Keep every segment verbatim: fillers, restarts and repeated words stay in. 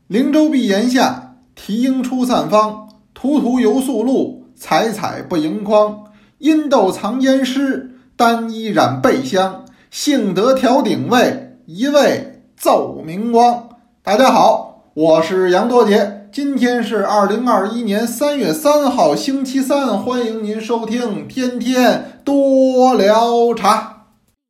灵州碧檐下，题莺出散芳。途途游宿路，采采不盈筐。阴斗藏烟湿，单衣染背香。幸得调鼎位，一味奏明光。大家好，我是杨多杰，今天是二零二一年三月三号星期三，欢迎您收听天天多聊茶。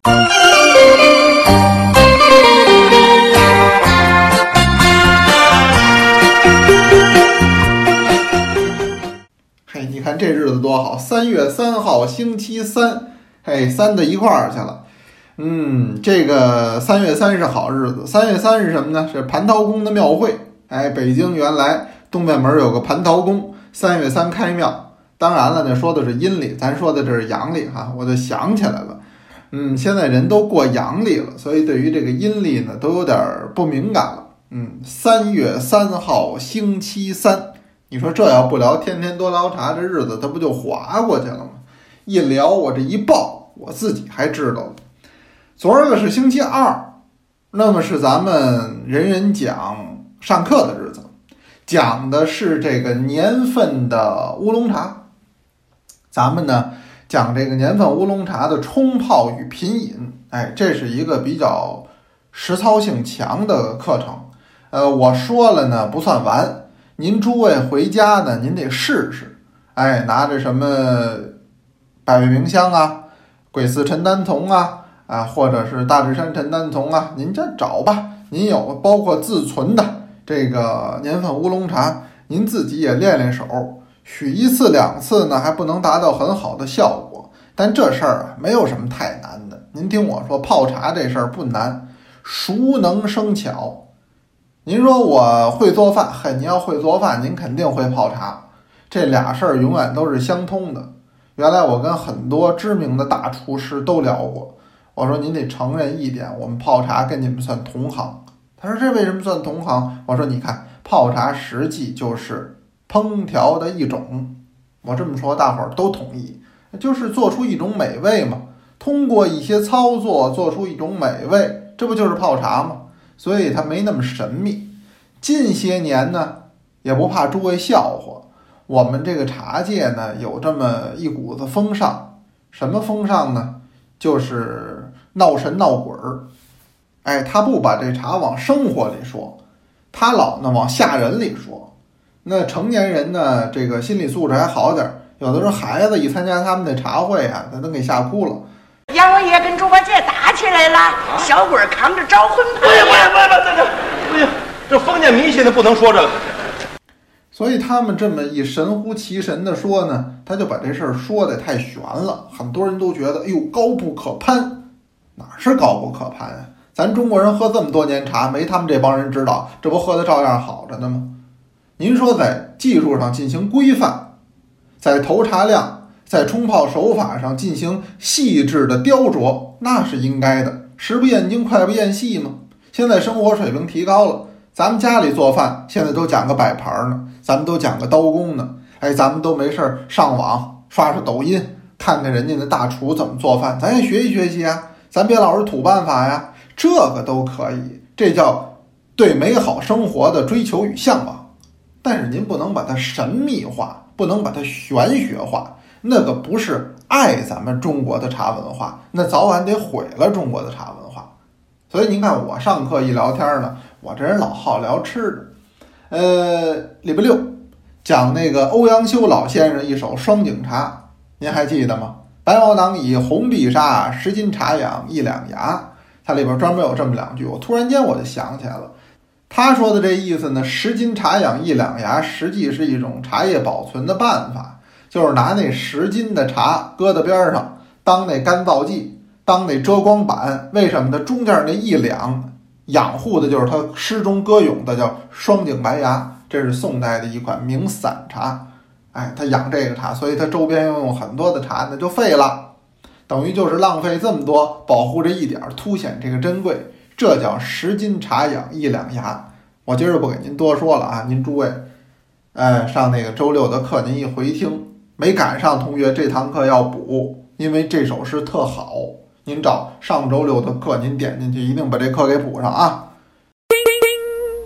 嘿，你看这日子多好，三月三号星期三，嘿，三到一块儿去了。嗯，这个三月三是好日子。三月三是什么呢？是蟠桃宫的庙会。哎，北京原来东便门有个蟠桃宫，三月三开庙。当然了呢，说的是阴历，咱说的这是阳历哈，我就想起来了。嗯，现在人都过阳历了，所以对于这个阴历呢，都有点不敏感了。嗯，三月三号星期三，你说这要不聊天天多聊茶，这日子它不就划过去了吗？一聊我这一报，我自己还知道了。昨儿个是星期二，那么是咱们人人讲上课的日子，讲的是这个年份的乌龙茶。咱们呢讲这个年份乌龙茶的冲泡与品饮，哎，这是一个比较实操性强的课程。呃，我说了呢不算完，您诸位回家呢您得试试，哎，拿着什么百味茗香啊、鬼寺陈丹丛啊。啊，或者是大智山陈丹丛啊，您这找吧。您有包括自存的这个年份乌龙茶，您自己也练练手，许一次两次呢还不能达到很好的效果，但这事儿啊没有什么太难的。您听我说，泡茶这事儿不难，熟能生巧。您说我会做饭，嘿，您要会做饭，您肯定会泡茶，这俩事儿永远都是相通的。原来我跟很多知名的大厨师都聊过。我说您得承认一点，我们泡茶跟你们算同行。他说这为什么算同行？我说你看，泡茶实际就是烹调的一种。我这么说大伙儿都同意，就是做出一种美味嘛。通过一些操作做出一种美味，这不就是泡茶吗？所以它没那么神秘。近些年呢，也不怕诸位笑话，我们这个茶界呢有这么一股子风尚。什么风尚呢？就是闹神闹鬼儿。哎，他不把这茶往生活里说，他老呢往吓人里说。那成年人呢，这个心理素质还好点，有的时候孩子一参加他们的茶会啊，他都给吓哭了。 杨文爷跟猪八戒打起来了，啊、小鬼扛着招魂牌。 不行不行不行不行不行，这封建迷信的不能说这个。 所以他们这么一神乎其神的说呢，他就把这事儿说的太悬了，很多人都觉得哎呦高不可攀。哪是高不可攀啊？咱中国人喝这么多年茶，没他们这帮人知道，这不喝的照样好着呢吗？您说在技术上进行规范，在投茶量、在冲泡手法上进行细致的雕琢，那是应该的。食不厌精，脍不厌细嘛。现在生活水平提高了，咱们家里做饭现在都讲个摆盘呢，咱们都讲个刀工呢。哎，咱们都没事上网刷刷抖音，看看人家的大厨怎么做饭，咱也学习学习啊。咱别老是土办法呀，这个都可以，这叫对美好生活的追求与向往。但是您不能把它神秘化，不能把它玄学化，那个不是爱咱们中国的茶文化，那早晚得毁了中国的茶文化。所以您看我上课一聊天呢，我这人老好聊吃的。呃，礼拜六讲那个欧阳修老先生一首双井茶，您还记得吗？白毛囊以红碧沙，十斤茶养一两芽。它里边专门有这么两句，我突然间我就想起来了。他说的这意思呢，十斤茶养一两芽，实际是一种茶叶保存的办法，就是拿那十斤的茶搁在边上，当那干燥剂，当那遮光板。为什么它中间那一两养护的就是它诗中歌咏的叫双井白芽，这是宋代的一款名散茶。哎，他养这个茶，所以他周边要用很多的茶，那就废了，等于就是浪费这么多，保护这一点，凸显这个珍贵，这叫十斤茶养一两芽。我今儿不给您多说了啊，您诸位，哎，上那个周六的课您一回听，没赶上同学这堂课要补，因为这首诗特好，您找上周六的课您点进去，一定把这课给补上啊。 记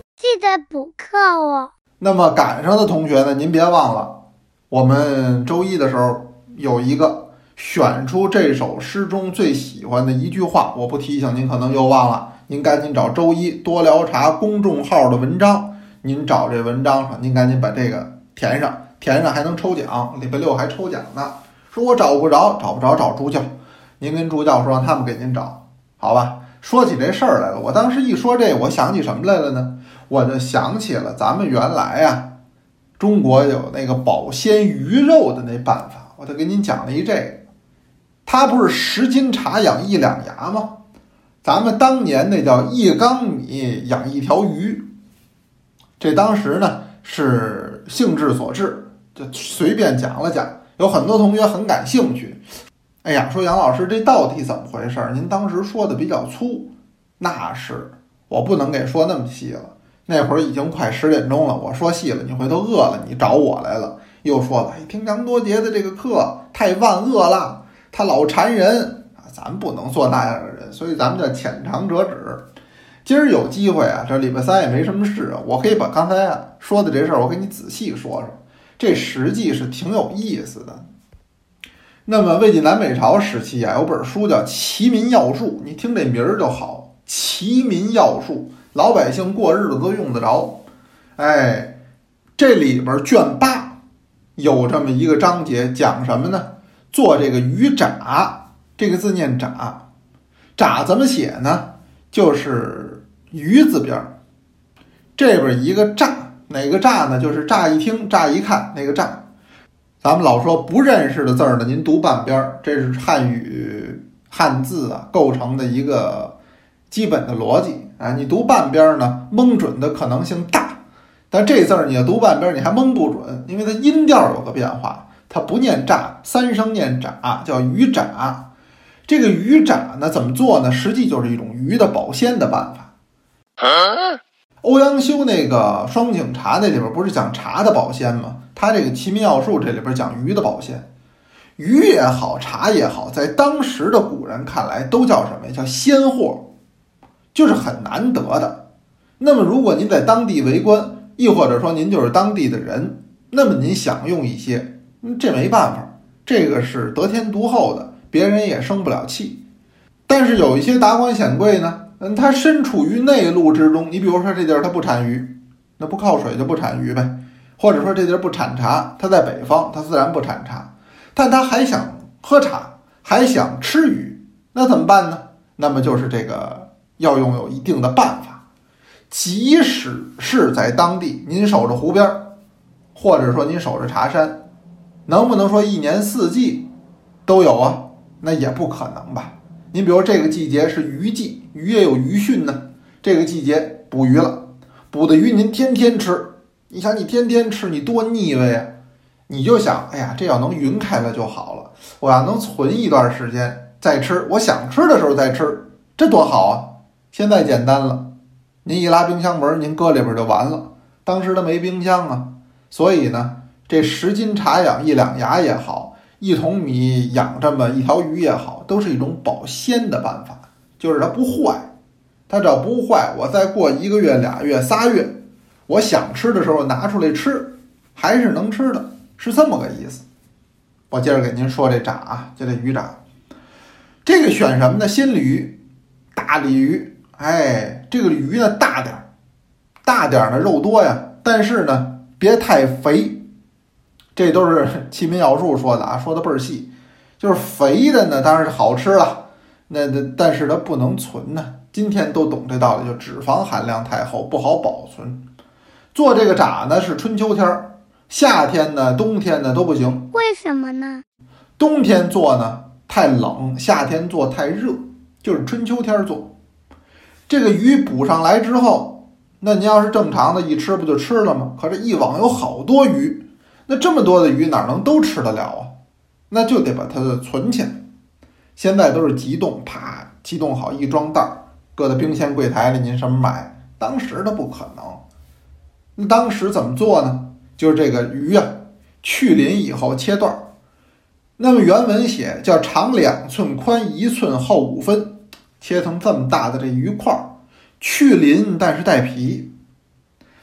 得补课哦。 那么赶上的同学呢，您别忘了，我们周一的时候有一个选出这首诗中最喜欢的一句话，我不提醒您可能又忘了，您赶紧找周一多聊茶公众号的文章，您找这文章上，您赶紧把这个填上，填上还能抽奖，礼拜六还抽奖呢。说我找不着，找不着找助教，您跟助教说让他们给您找，好吧？说起这事儿来了，我当时一说这，我想起什么来了呢？我就想起了咱们原来啊，中国有那个保鲜鱼肉的那办法，我就给您讲了一这个。它不是十斤茶养一两牙吗？咱们当年那叫一缸米养一条鱼，这当时呢是兴致所致，就随便讲了讲，有很多同学很感兴趣。哎呀，说杨老师这到底怎么回事？您当时说的比较粗。那是，我不能给说那么细了。那会儿已经快十点钟了，我说细了，你回头饿了，你找我来了，又说了，哎，听杨多杰的这个课太万恶了，他老缠人啊，咱不能做那样的人，所以咱们叫浅尝辄止。今儿有机会啊，这礼拜三也没什么事啊，我可以把刚才啊说的这事儿，我给你仔细说说，这实际是挺有意思的。那么魏晋南北朝时期啊，有本书叫《齐民要术》，你听这名儿就好，齐民要术，老百姓过日子都用得着。哎，这里边卷八有这么一个章节，讲什么呢？做这个鱼炸，这个字念炸，炸怎么写呢？就是鱼字边，这边一个乍，哪个乍呢？就是乍一听乍一看那个乍。咱们老说不认识的字儿呢，您读半边，这是汉语汉字啊构成的一个基本的逻辑啊。你读半边呢，蒙准的可能性大，但这字儿你要读半边，你还蒙不准，因为它音调有个变化，它不念炸，三声念炸，叫鱼炸。这个鱼炸呢怎么做呢？实际就是一种鱼的保鲜的办法。啊、欧阳修那个双井茶那里边不是讲茶的保鲜吗？他这个齐民要术这里边讲鱼的保鲜，鱼也好，茶也好，在当时的古人看来都叫什么呀？叫鲜货，就是很难得的。那么如果您在当地为官，亦或者说您就是当地的人，那么您享用一些，这没办法，这个是得天独厚的，别人也生不了气。但是有一些达官显贵呢，嗯，他身处于内陆之中，你比如说这地儿他不产鱼，那不靠水就不产鱼呗。或者说这地儿不产茶，他在北方，他自然不产茶，但他还想喝茶，还想吃鱼，那怎么办呢？那么就是这个要用有一定的办法，即使是在当地，您守着湖边，或者说您守着茶山，能不能说一年四季都有啊？那也不可能吧。您比如这个季节是鱼季，鱼也有鱼汛呢，这个季节捕鱼了，捕的鱼您天天吃。你想你天天吃，你多腻味啊！你就想，哎呀，这要能匀开了就好了，我要能存一段时间再吃，我想吃的时候再吃，这多好啊！现在简单了，您一拉冰箱门，您搁里边就完了。当时它没冰箱啊，所以呢，这十斤茶养一两牙也好，一桶米养这么一条鱼也好，都是一种保鲜的办法，就是它不坏，它只要不坏，我再过一个月、俩月、仨月。我想吃的时候拿出来吃，还是能吃的，是这么个意思。我接着给您说这炸啊，就这鱼炸，这个选什么呢？鲜鲤鱼、大鲤鱼，哎，这个鱼呢大点，大点呢肉多呀，但是呢别太肥，这都是齐民要术说的啊，说的倍儿细。就是肥的呢，当然是好吃了，那但是它不能存呢。今天都懂这道理，就脂肪含量太厚，不好保存。做这个炸呢是春秋天，夏天呢冬天呢都不行。 为什么呢？ 冬天做呢太冷，夏天做太热，就是春秋天做。这个鱼捕上来之后，那你要是正常的一吃不就吃了吗？可是一网有好多鱼，那这么多的鱼哪能都吃得了啊？那就得把它存起来。现在都是急冻，啪急冻好一装袋，搁在冰鲜柜台里，您什么买？当时的不可能。那当时怎么做呢？就是这个鱼啊，去鳞以后切段。那么原文写叫长两寸，宽一寸，厚五分，切成这么大的这鱼块，去鳞但是带皮。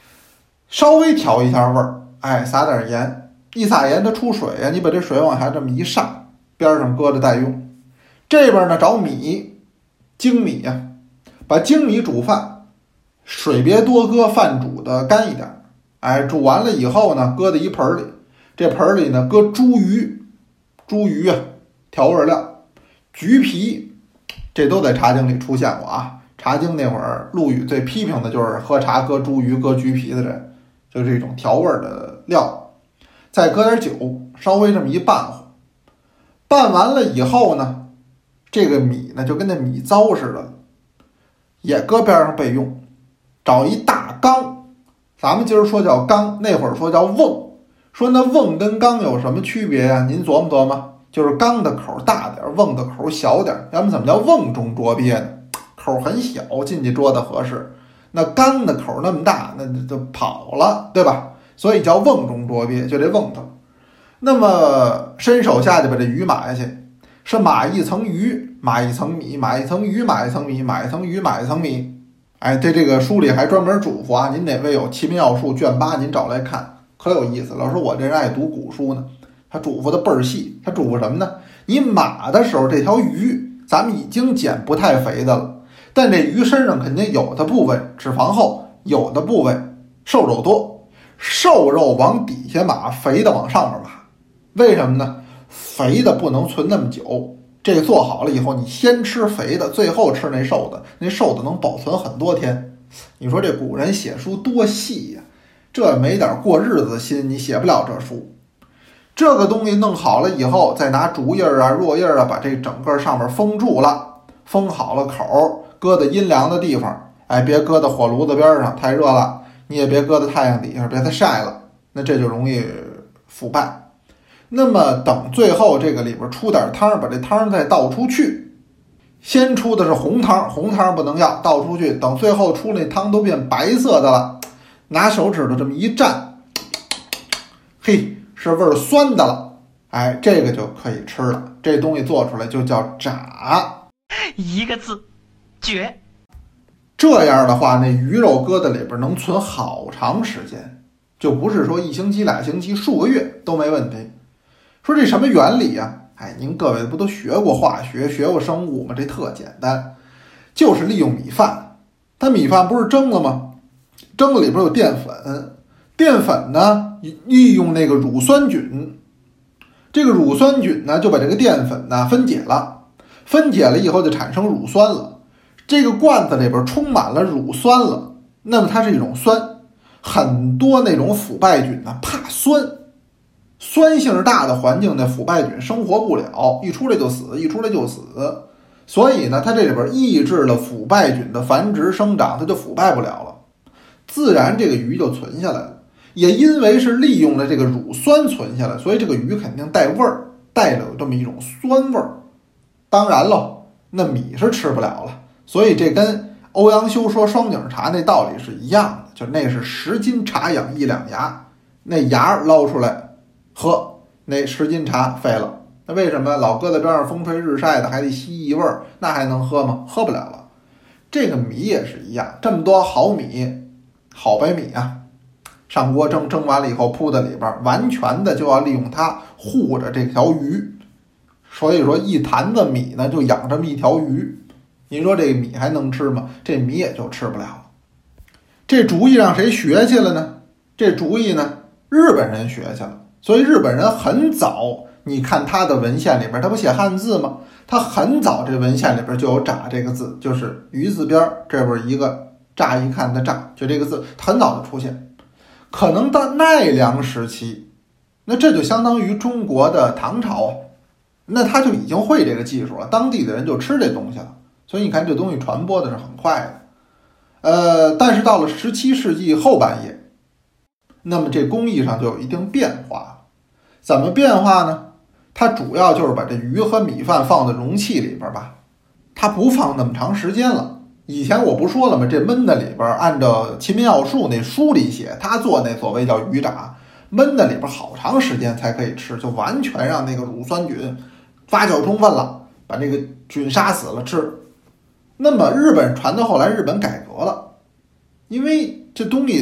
稍微调一下味儿，哎，撒点盐，一撒盐它出水啊，你把这水往下这么一上，边上搁着待用。这边呢找米，精米呀、啊，把精米煮饭，水别多搁，饭煮的干一点。哎，煮完了以后呢，搁在一盆里，这盆里呢搁猪鱼，猪鱼啊，调味料，橘皮，这都在茶经里出现过啊。茶经那会儿，陆羽最批评的就是喝茶搁猪鱼、搁橘皮的人，就这种调味的料。再搁点酒，稍微这么一拌和，拌完了以后呢，这个米呢就跟那米糟似的，也搁边上备用。找一大缸，咱们今儿说叫缸，那会儿说叫瓮。说那瓮跟缸有什么区别呀、啊？您琢磨琢磨，就是缸的口大点，瓮的口小点。要么怎么叫瓮中捉鳖呢？口很小，进去捉的合适。那缸的口那么大，那就跑了，对吧？所以叫瓮中捉鳖，就这瓮头。那么伸手下去把这鱼码下去，是码一层鱼，码一层米，码一层鱼，码一层米，码一层鱼，码一层米。哎，这这个书里还专门嘱咐啊，您哪位有《齐民要术》卷八，您找来看，可有意思。老说我这人爱读古书呢，他嘱咐的倍儿细。他嘱咐什么呢？你码的时候，这条鱼咱们已经捡不太肥的了，但这鱼身上肯定有的部位脂肪厚，有的部位瘦肉多，瘦肉往底下码，肥的往上面码。为什么呢？肥的不能存那么久，这个做好了以后，你先吃肥的，最后吃那瘦的，那瘦的能保存很多天。你说这古人写书多细呀、啊，这没点过日子心，你写不了这书。这个东西弄好了以后，再拿竹叶啊、箬叶啊，把这整个上面封住了，封好了口，搁在阴凉的地方。哎，别搁在火炉子边上，太热了；你也别搁在太阳底下，别太晒了，那这就容易腐败。那么等最后这个里边出点汤，把这汤再倒出去，先出的是红汤，红汤不能要，倒出去，等最后出那汤都变白色的了，拿手指头这么一蘸，嘿，是味儿酸的了，哎，这个就可以吃了。这东西做出来就叫炸， 一个字，绝。 这样的话，那鱼肉搁在里边能存好长时间，就不是说一星期、俩星期、数个月都没问题。说这什么原理呀、啊？哎，您各位不都学过化学、学过生物吗？这特简单，就是利用米饭。它米饭不是蒸了吗？蒸了里边有淀粉，淀粉呢利用那个乳酸菌，这个乳酸菌呢就把这个淀粉呢分解了，分解了以后就产生乳酸了。这个罐子里边充满了乳酸了，那么它是一种酸，很多那种腐败菌呢怕酸。酸性大的环境的腐败菌生活不了，一出来就死，一出来就死。所以呢，它这里边抑制了腐败菌的繁殖生长，它就腐败不了了，自然这个鱼就存下来了。也因为是利用了这个乳酸存下来，所以这个鱼肯定带味儿，带了有这么一种酸味儿。当然了，那米是吃不了了，所以这跟欧阳修说双井茶那道理是一样的，就那是十斤茶养一两芽，那芽捞出来喝，那十斤茶废了。那为什么老搁在边上风吹日晒的还得吸一味儿，那还能喝吗？喝不了了。这个米也是一样，这么多好米，好白米啊，上锅蒸，蒸完了以后铺在里边，完全的就要利用它护着这条鱼。所以说一坛子米呢就养这么一条鱼，您说这米还能吃吗？这米也就吃不了了。这主意让谁学去了呢？这主意呢日本人学去了。所以日本人很早，你看他的文献里边，他不写汉字吗？他很早这文献里边就有炸这个字，就是鱼字边这边一个乍一看的乍，就这个字很早就出现。可能到奈良时期，那这就相当于中国的唐朝，那他就已经会这个技术了，当地的人就吃这东西了。所以你看这东西传播的是很快的。呃，但是到了十七世纪后半叶，那么这工艺上就有一定变化。怎么变化呢？它主要就是把这鱼和米饭放在容器里边吧，它不放那么长时间了。以前我不说了吗？这焖的里边，按照《齐民要术》那书里写，他做那所谓叫鱼炸，焖的里边好长时间才可以吃，就完全让那个乳酸菌发酵充分了，把那个菌杀死了吃。那么日本传到后来，日本改革了，因为这东西呢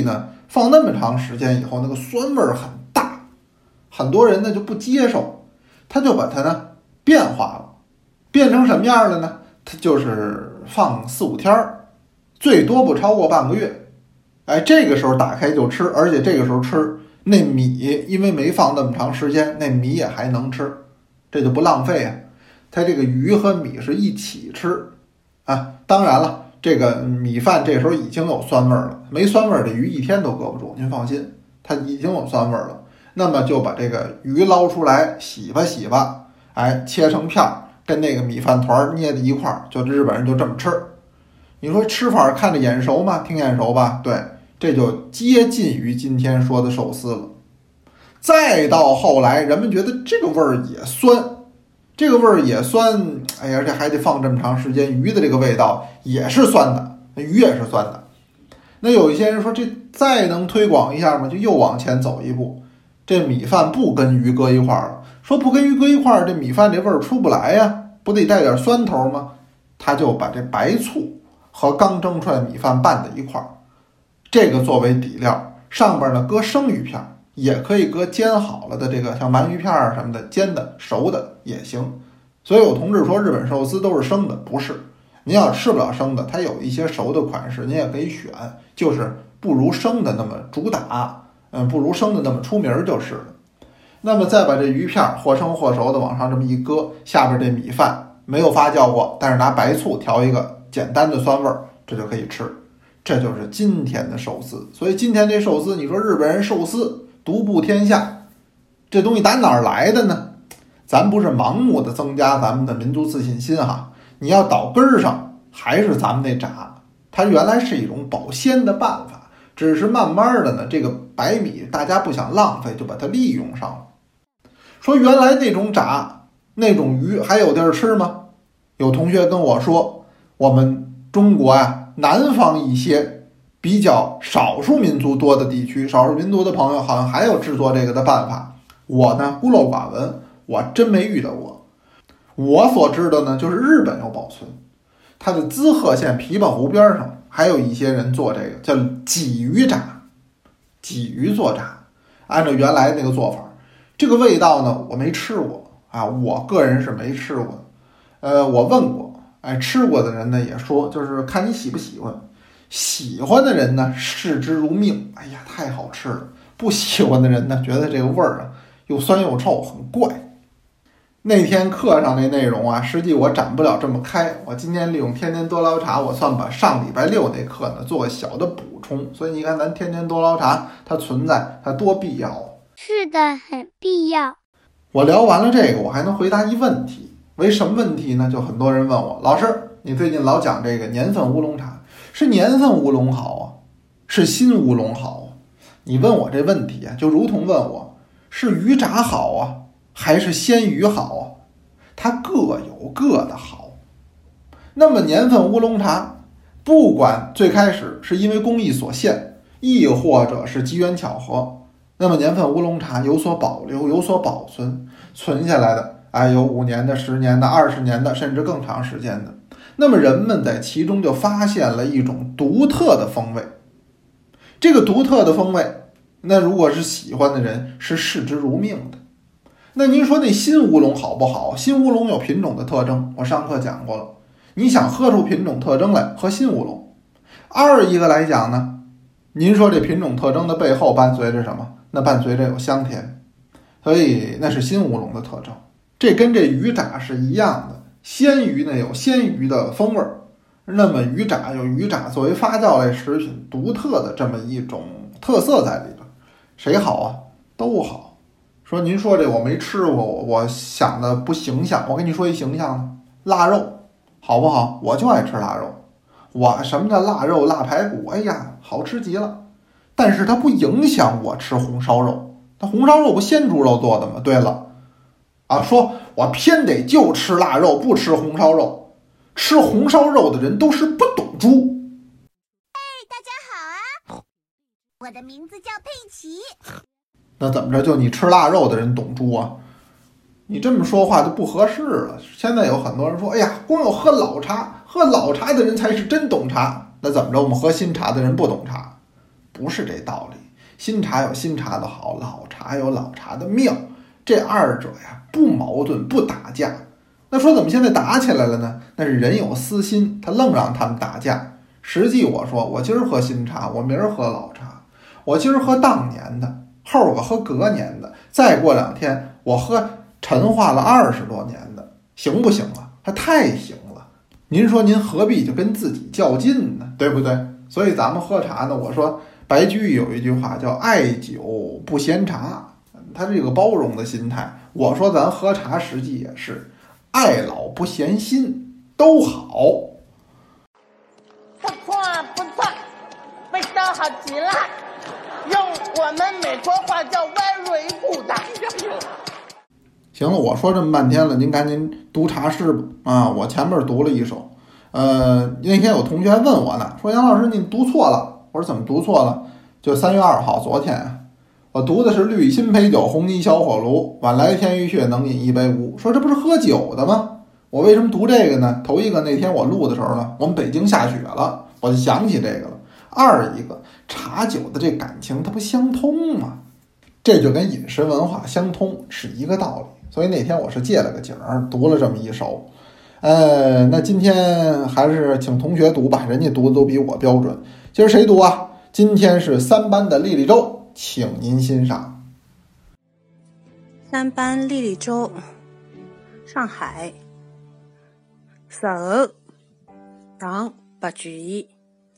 放那么长时间以后，那个酸味很大，很多人呢就不接受，他就把它呢变化了，变成什么样了呢？它就是放四五天儿，最多不超过半个月。哎，这个时候打开就吃，而且这个时候吃那米，因为没放那么长时间，那米也还能吃，这就不浪费啊。它这个鱼和米是一起吃啊。当然了，这个米饭这时候已经有酸味了，没酸味的鱼一天都搁不住，您放心，它已经有酸味了。那么就把这个鱼捞出来，洗吧洗吧，哎，切成片儿，跟那个米饭团捏在一块儿，就日本人就这么吃。你说吃法看着眼熟吗？挺眼熟吧？对，这就接近于今天说的寿司了。再到后来，人们觉得这个味儿也酸，这个味儿也酸，哎呀，这还得放这么长时间，鱼的这个味道也是酸的，鱼也是酸的。那有一些人说，这再能推广一下吗？就又往前走一步，这米饭不跟鱼搁一块儿了。说不跟鱼搁一块儿，这米饭这味儿出不来呀，不得带点酸头吗？他就把这白醋和刚蒸出来的米饭拌在一块儿，这个作为底料，上边呢搁生鱼片，也可以搁煎好了的这个像鳗鱼片啊什么的，煎的熟的也行。所以有同志说日本寿司都是生的，不是，您要吃不了生的，它有一些熟的款式您也可以选，就是不如生的那么主打，嗯，不如生的那么出名就是了。那么再把这鱼片或生或熟的往上这么一搁，下边这米饭没有发酵过，但是拿白醋调一个简单的酸味儿，这就可以吃。这就是今天的寿司。所以今天这寿司，你说日本人寿司独步天下，这东西打哪儿来的呢？咱不是盲目的增加咱们的民族自信心哈，你要倒根儿上还是咱们那炸，它原来是一种保鲜的办法，只是慢慢的呢，这个白米大家不想浪费，就把它利用上了。说原来那种炸那种鱼还有地儿吃吗？有同学跟我说，我们中国呀、啊，南方一些比较少数民族多的地区，少数民族的朋友好像还有制作这个的办法。我呢孤陋寡闻，我真没遇到过。我所知道呢，就是日本有保存，它的滋贺县琵琶湖边上还有一些人做这个叫鲫鱼炸，鲫鱼做炸，按照原来那个做法，这个味道呢我没吃过啊，我个人是没吃过。呃，我问过，哎，吃过的人呢也说，就是看你喜不喜欢。喜欢的人呢视之如命，哎呀，太好吃了。不喜欢的人呢，觉得这个味儿啊又酸又臭，很怪。那天课上那内容啊，实际我展不了这么开。我今天利用天天多捞茶，我算把上礼拜六那课呢做个小的补充。所以你看，咱天天多捞茶，它存在，它多必要。 是的，很必要。 我聊完了这个，我还能回答一问题。为什么问题呢？就很多人问我，老师，你最近老讲这个年份乌龙茶，是年份乌龙好啊，是新乌龙好啊？你问我这问题啊，就如同问我是鱼炸好啊，还是鲜鱼好啊？它各有各的好。那么年份乌龙茶，不管最开始是因为工艺所限，亦或者是机缘巧合，那么年份乌龙茶有所保留，有所保存，存下来的哎，有五年的、十年的、二十年的，甚至更长时间的。那么人们在其中就发现了一种独特的风味。这个独特的风味，那如果是喜欢的人，是视之如命的。那您说那新乌龙好不好？新乌龙有品种的特征，我上课讲过了。你想喝出品种特征来，喝新乌龙。二一个来讲呢，您说这品种特征的背后伴随着什么？那伴随着有香甜，所以那是新乌龙的特征。这跟这鱼炸是一样的，鲜鱼呢有鲜鱼的风味儿，那么鱼炸有鱼炸作为发酵类食品独特的这么一种特色在里边。谁好啊？都好。说您说这我没吃过，我我想的不形象。我跟你说一形象呢，腊肉好不好？我就爱吃腊肉。我什么叫腊肉、腊排骨？哎呀，好吃极了。但是它不影响我吃红烧肉。那红烧肉不鲜猪肉做的吗？对了。啊，说我偏得就吃腊肉，不吃红烧肉。吃红烧肉的人都是不懂猪。 哎，大家好啊，我的名字叫佩奇。 那怎么着，就你吃腊肉的人懂猪啊？你这么说话就不合适了。现在有很多人说，哎呀，光有喝老茶，喝老茶的人才是真懂茶。那怎么着，我们喝新茶的人不懂茶？ 不是这道理。新茶有新茶的好，老茶有老茶的妙，这二者呀不矛盾不打架。那说怎么现在打起来了呢？那是人有私心，他愣让他们打架。实际我说我今儿喝新茶，我明儿喝老茶，我今儿喝当年的，后个喝隔年的，再过两天我喝陈化了二十多年的，行不行啊？还太行了。您说您何必就跟自己较劲呢？对不对？所以咱们喝茶呢，我说白居易有一句话叫爱酒不嫌茶，他这个包容的心态。我说咱喝茶实际也是爱老不嫌新，都好。 不错不错，味道好极了，用我们美国话叫歪蕊骨的。 行了，我说这么半天了，您赶紧读茶诗吧。啊，我前面读了一首，呃，那天有同学还问我呢，说杨老师你读错了。我说怎么读错了？就三月二号，昨天啊，我读的是绿心醅酒，红泥小火炉，晚来天欲血，能饮一杯无。说这不是喝酒的吗？我为什么读这个呢？头一个，那天我录的时候呢，我们北京下雪了，我就想起这个了。二一个，茶酒的这感情它不相通吗？这就跟饮食文化相通是一个道理。所以那天我是借了个景儿读了这么一首。呃，那今天还是请同学读吧，人家读的都比我标准。今儿谁读啊？今天是三班的莉莉周，请您欣赏。 三班莉莉周，上海。十后，唐·白居易。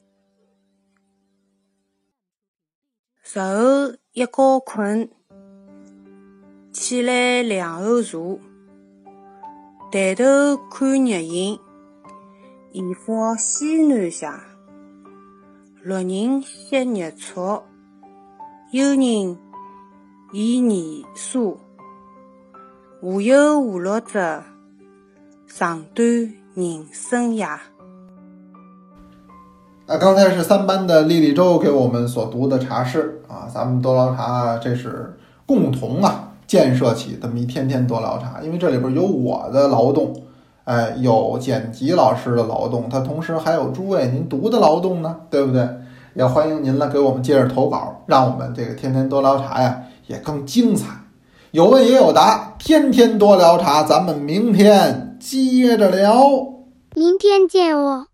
十后一觉困，起来两后茶。抬头看日影，移花西南斜。落人惜日出，有人忆年少。无忧无虑者，长短人生涯。 那刚才是三班的莉莉周给我们所读的茶诗啊，咱们多聊茶这是共同啊建设起这么一天天多聊茶，因为这里边有我的劳动，哎，有剪辑老师的劳动，它同时还有诸位您读的劳动呢，对不对？也欢迎您来给我们接着投稿，让我们这个天天多聊茶呀也更精彩。有问也有答，天天多聊茶，咱们明天接着聊。 明天见哦。